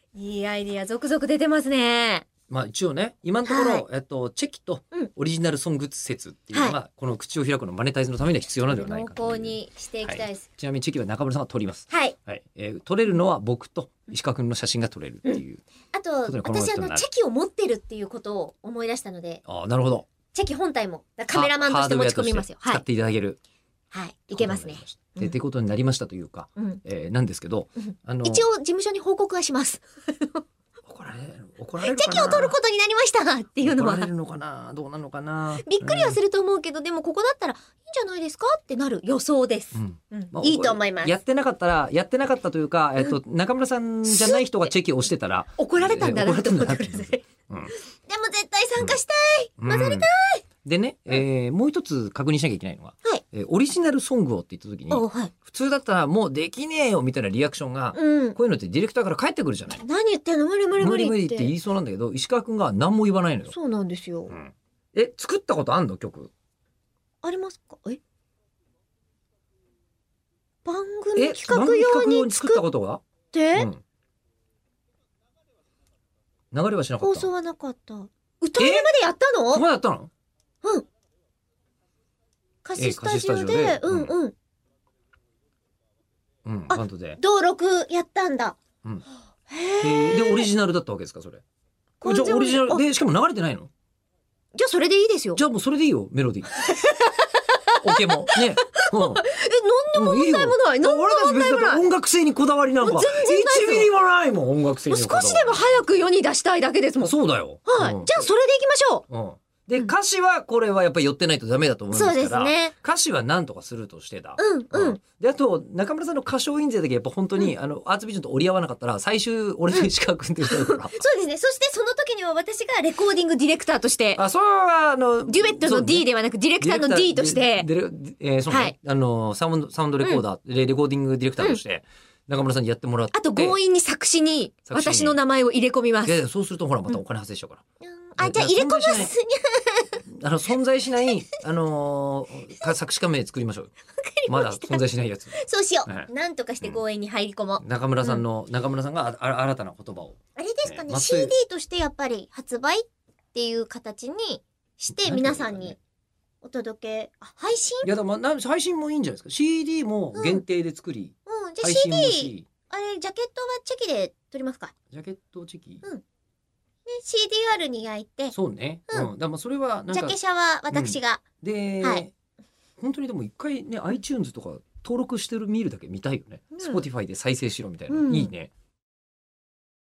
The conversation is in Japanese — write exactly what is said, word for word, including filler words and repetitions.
いいアイディア続々出てますね。 まあ一応ね、今のところ、 はいえっと、チェキとうんオリジナルソング説っていうのが、この口を開くのマネタイズのためには必要なんではないかという濃厚にしていきたいです。 ちなみにチェキは中村さんが撮ります。 はい。 はい。えー撮れるのは僕と石川君の写真が撮れるっていう。 あととでこの私あ人になるのチェキを持ってるっていうことを思い出したので、 ああ、なるほど。 チェキ本体もカメラマンとして持ち込みますよ。はいハードウェアとして使っていただける。 はい。いけますね。 で、ってことになりましたというか、 うん。 えーなんですけど、あの、 一応事務所に報告はします。 怒られる、怒られるチかな。 ェキを取ることになりましたっていうのは怒られるのかな、どうなのかな。 びっくりはすると思うけど、でもここだったらいいんじゃないですかってなる予想です。 うんうんまあいいと思います。 やってなかったら、やってなかったというか、えっと、中村さんじゃない人がチェキを押してたら、 怒られたんだなと思ってください。 えー怒られたんだなっていううんでも絶対参加したい。 うん混ざりたい。 でね、えーもう一つ確認しなきゃいけないのが、 はいえーオリジナルソングをって言った時に、 おはい。 普通だったらもうできねえよみたいなリアクションが、 うん。 こういうのってディレクターから返ってくるじゃない。 何言ってんの無理無理無理って。 無理無理って言いそうなんだけど、石川くんが何も言わないのよ。 そうなんですよ。 うんえ、作ったことあんの曲？ ありますか？え番組え、 企画用に作っ作ったことが？ て、 うん流れはしなかった。 放送はなかった。歌えまでやったそこの？ までやったの？ うん。歌詞スタジオえ歌詞スタジオで、 でうんうん。 うん、 あバンドで。 登録やったんだ。 うんへえ。 えーで、オリジナルだったわけですか、それ。 完全じゃあ、オリジナルあで、しかも流れてないの？ じゃあそれでいいですよ。 じゃあもうそれでいいよ、メロディー。オケも。ね。うん。 え、なんでも問題もない。なんでも俺たち問題もない。 別にだって音楽性にこだわりなんかもう全然ないですいちミリもないもん、音楽性もうにこだわり。 少しでも早く世に出したいだけですもん。 そうだよ。 はい。 うんじゃあそれでいきましょうん。で、歌詞はこれはやっぱり寄ってないとダメだと思う。 いますから。 そうですね。 歌詞は何とかするとしてだ。 うんうん。 で、あと、中村さんの歌唱印税だけやっぱ本当に、あの、アーツビジョンと折り合わなかったら、最終、俺と石川君って言ったから。 そうですね。そしてその時には私がレコーディングディレクターとして、 あ、それは、あの、 デュエットの D でではなくディレクターの D として、 で、でえーそうね、 はいあの、サウンド、サウンドレコーダー、レレコーディングディレクターとして、中村さんにやってもらって。 あと強引に作詞に作詞に私の名前を入れ込みます。 いやいやそうするとほら、またお金発生しちゃうから。 うんあ、じゃあ入れ込ますね。 あの、存在しない、あのーか作詞家名作りましょう。まだ存在しないやつ。 そうしよはう。なんとかして強引に入り込もう。 中村さんの、中村さんがああ新たな言葉を。 あれですかね、 ねシーディー としてやっぱり発売っていう形にして皆さんにお届け、あ、配信いや、だからまあな配信もいいんじゃないですか。シーディー も限定で作り、 うん、じゃあ配信もシーディー、 し、 あれ、ジャケットはチェキで撮りますか。 ジャケットチェキ。 うんで、シーディーアール に焼いて、 そうね。 ううんん。だからまあそれはなんかジャケ、写は私が、 で、 はい本当にでも一回ね、iTunes とか登録してる見るだけ見たいよね。 うん Spotify で再生しろみたいな。 うんいいね。